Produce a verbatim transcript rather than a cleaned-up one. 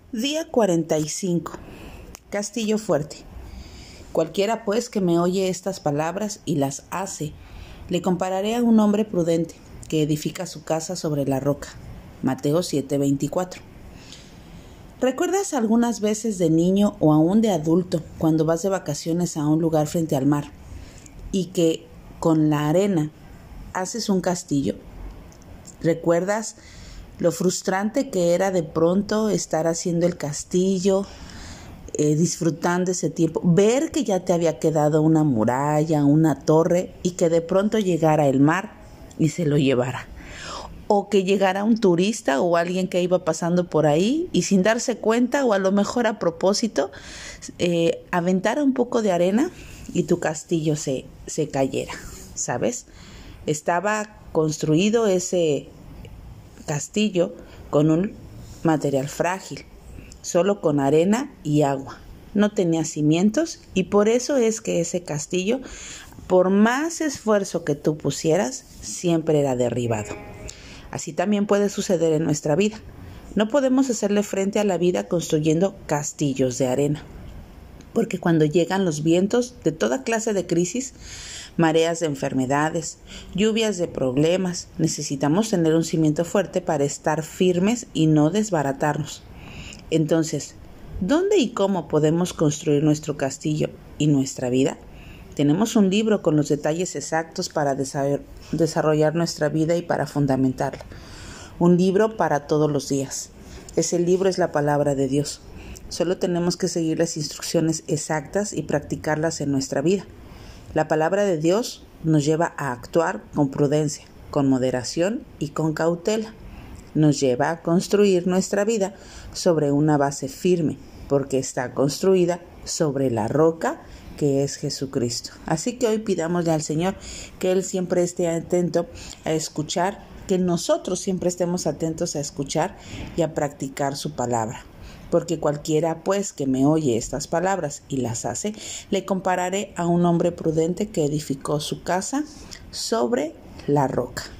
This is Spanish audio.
Día cuarenta y cinco. Castillo fuerte. Cualquiera pues que me oye estas palabras y las hace, le compararé a un hombre prudente que edifica su casa sobre la roca. Mateo siete veinticuatro. ¿Recuerdas algunas veces de niño o aún de adulto cuando vas de vacaciones a un lugar frente al mar y que con la arena haces un castillo? ¿Recuerdas lo frustrante que era de pronto estar haciendo el castillo, eh, disfrutando ese tiempo, ver que ya te había quedado una muralla, una torre y que de pronto llegara el mar y se lo llevara? O que llegara un turista o alguien que iba pasando por ahí y sin darse cuenta o a lo mejor a propósito eh, aventara un poco de arena y tu castillo se, se cayera, ¿sabes? Estaba construido ese castillo con un material frágil, solo con arena y agua. No tenía cimientos y por eso es que ese castillo, por más esfuerzo que tú pusieras, siempre era derribado. Así también puede suceder en nuestra vida. No podemos hacerle frente a la vida construyendo castillos de arena, porque cuando llegan los vientos de toda clase de crisis, mareas de enfermedades, lluvias de problemas, necesitamos tener un cimiento fuerte para estar firmes y no desbaratarnos. Entonces, ¿dónde y cómo podemos construir nuestro castillo y nuestra vida? Tenemos un libro con los detalles exactos para desarrollar nuestra vida y para fundamentarla. Un libro para todos los días. Ese libro es la palabra de Dios. Solo tenemos que seguir las instrucciones exactas y practicarlas en nuestra vida. La palabra de Dios nos lleva a actuar con prudencia, con moderación y con cautela. Nos lleva a construir nuestra vida sobre una base firme, porque está construida sobre la roca que es Jesucristo. Así que hoy pidámosle al Señor que Él siempre esté atento a escuchar, que nosotros siempre estemos atentos a escuchar y a practicar su palabra. Porque cualquiera pues que me oye estas palabras y las hace, le compararé a un hombre prudente que edificó su casa sobre la roca.